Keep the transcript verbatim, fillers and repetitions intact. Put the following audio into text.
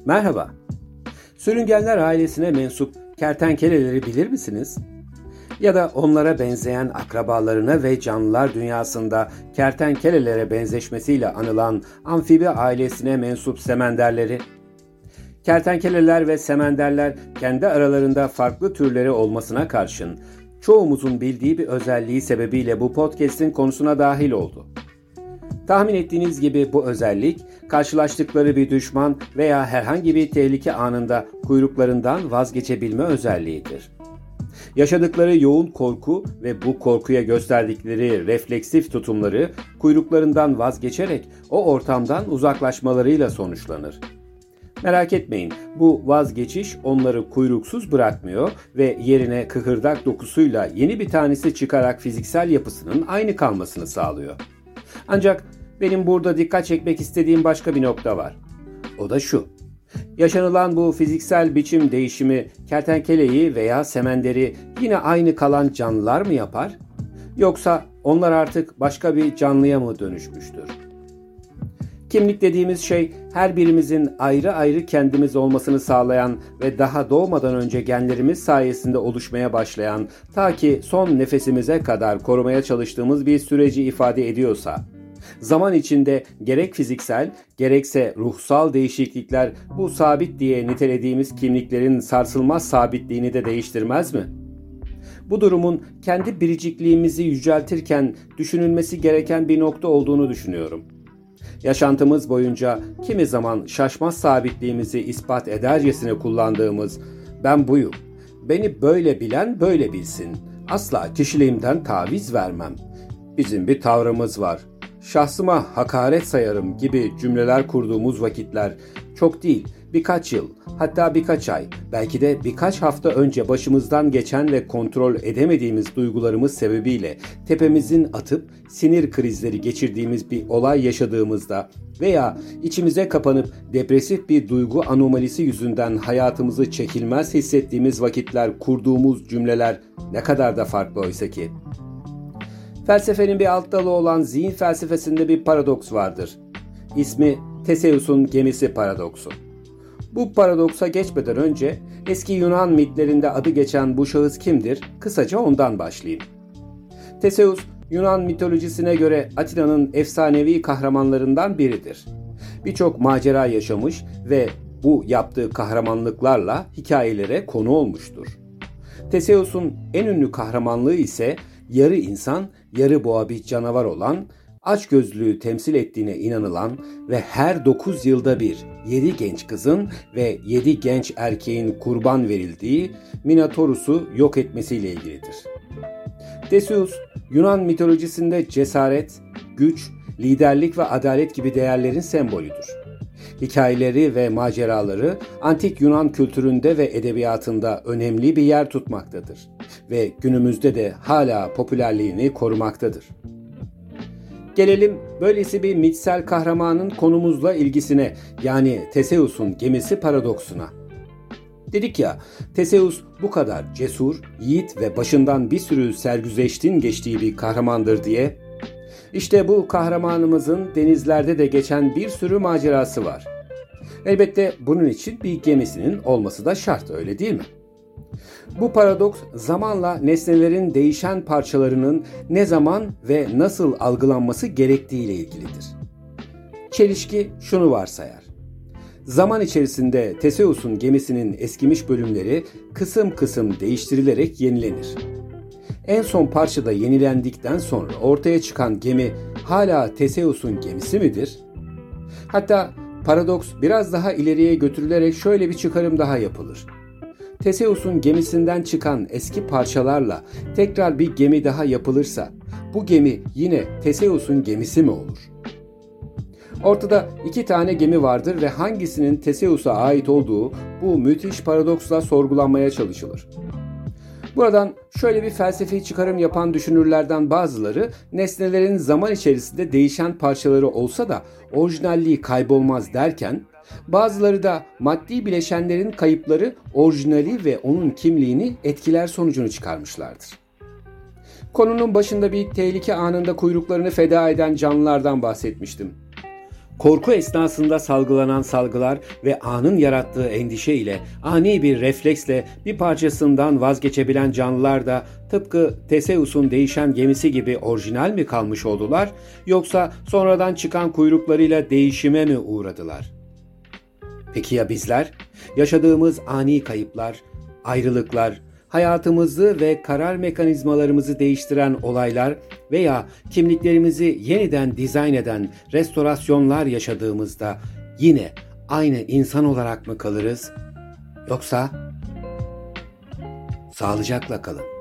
Merhaba. Sürüngenler ailesine mensup kertenkeleleri bilir misiniz? Ya da onlara benzeyen akrabalarına ve canlılar dünyasında kertenkelelere benzeşmesiyle anılan amfibi ailesine mensup semenderleri? Kertenkeleler ve semenderler kendi aralarında farklı türleri olmasına karşın çoğumuzun bildiği bir özelliği sebebiyle bu podcast'in konusuna dahil oldu. Tahmin ettiğiniz gibi bu özellik, karşılaştıkları bir düşman veya herhangi bir tehlike anında kuyruklarından vazgeçebilme özelliğidir. Yaşadıkları yoğun korku ve bu korkuya gösterdikleri refleksif tutumları kuyruklarından vazgeçerek o ortamdan uzaklaşmalarıyla sonuçlanır. Merak etmeyin, bu vazgeçiş onları kuyruksuz bırakmıyor ve yerine kıkırdak dokusuyla yeni bir tanesi çıkarak fiziksel yapısının aynı kalmasını sağlıyor. Ancak benim burada dikkat çekmek istediğim başka bir nokta var. O da şu. Yaşanılan bu fiziksel biçim değişimi kertenkeleyi veya semenderi yine aynı kalan canlılar mı yapar? Yoksa onlar artık başka bir canlıya mı dönüşmüştür? Kimlik dediğimiz şey her birimizin ayrı ayrı kendimiz olmasını sağlayan ve daha doğmadan önce genlerimiz sayesinde oluşmaya başlayan, ta ki son nefesimize kadar korumaya çalıştığımız bir süreci ifade ediyorsa, zaman içinde gerek fiziksel gerekse ruhsal değişiklikler bu sabit diye nitelediğimiz kimliklerin sarsılmaz sabitliğini de değiştirmez mi? Bu durumun kendi biricikliğimizi yüceltirken düşünülmesi gereken bir nokta olduğunu düşünüyorum. Yaşantımız boyunca kimi zaman şaşmaz sabitliğimizi ispat edercesine kullandığımız "ben buyum, beni böyle bilen böyle bilsin, asla kişiliğimden taviz vermem, bizim bir tavrımız var, şahsıma hakaret sayarım" gibi cümleler kurduğumuz vakitler çok değil, birkaç yıl, hatta birkaç ay, belki de birkaç hafta önce başımızdan geçen ve kontrol edemediğimiz duygularımız sebebiyle tepemizin atıp sinir krizleri geçirdiğimiz bir olay yaşadığımızda veya içimize kapanıp depresif bir duygu anomalisi yüzünden hayatımızı çekilmez hissettiğimiz vakitler kurduğumuz cümleler ne kadar da farklı oysa ki. Felsefenin bir alt dalı olan zihin felsefesinde bir paradoks vardır. İsmi Teseus'un gemisi paradoksu. Bu paradoksa geçmeden önce eski Yunan mitlerinde adı geçen bu şahıs kimdir? Kısaca ondan başlayayım. Teseus, Yunan mitolojisine göre Atina'nın efsanevi kahramanlarından biridir. Birçok macera yaşamış ve bu yaptığı kahramanlıklarla hikayelere konu olmuştur. Teseus'un en ünlü kahramanlığı ise yarı insan, yarı boğa bir canavar olan, açgözlülüğü temsil ettiğine inanılan ve her dokuz yılda bir yedi genç kızın ve yedi genç erkeğin kurban verildiği Minotaurus'u yok etmesiyle ilgilidir. Teseus, Yunan mitolojisinde cesaret, güç, liderlik ve adalet gibi değerlerin sembolüdür. Hikayeleri ve maceraları antik Yunan kültüründe ve edebiyatında önemli bir yer tutmaktadır ve günümüzde de hala popülerliğini korumaktadır. Gelelim böylesi bir mitsel kahramanın konumuzla ilgisine, yani Teseus'un gemisi paradoksuna. Dedik ya, Teseus bu kadar cesur, yiğit ve başından bir sürü sergüzeştin geçtiği bir kahramandır diye. İşte bu kahramanımızın denizlerde de geçen bir sürü macerası var. Elbette bunun için bir gemisinin olması da şart, öyle değil mi? Bu paradoks zamanla nesnelerin değişen parçalarının ne zaman ve nasıl algılanması gerektiği ile ilgilidir. Çelişki şunu varsayar. Zaman içerisinde Teseus'un gemisinin eskimiş bölümleri kısım kısım değiştirilerek yenilenir. En son parçada yenilendikten sonra ortaya çıkan gemi hala Teseus'un gemisi midir? Hatta paradoks biraz daha ileriye götürülerek şöyle bir çıkarım daha yapılır. Teseus'un gemisinden çıkan eski parçalarla tekrar bir gemi daha yapılırsa bu gemi yine Teseus'un gemisi mi olur? Ortada iki tane gemi vardır ve hangisinin Teseus'a ait olduğu bu müthiş paradoksla sorgulanmaya çalışılır. Buradan şöyle bir felsefi çıkarım yapan düşünürlerden bazıları nesnelerin zaman içerisinde değişen parçaları olsa da orijinalliği kaybolmaz derken, bazıları da maddi bileşenlerin kayıpları orijinali ve onun kimliğini etkiler sonucunu çıkarmışlardır. Konunun başında bir tehlike anında kuyruklarını feda eden canlılardan bahsetmiştim. Korku esnasında salgılanan salgılar ve anın yarattığı endişe ile ani bir refleksle bir parçasından vazgeçebilen canlılar da tıpkı Theseus'un değişen gemisi gibi orijinal mi kalmış oldular, yoksa sonradan çıkan kuyruklarıyla değişime mi uğradılar? Peki ya bizler? Yaşadığımız ani kayıplar, ayrılıklar, hayatımızı ve karar mekanizmalarımızı değiştiren olaylar veya kimliklerimizi yeniden dizayn eden restorasyonlar yaşadığımızda yine aynı insan olarak mı kalırız? Yoksa sağlıcakla kalın.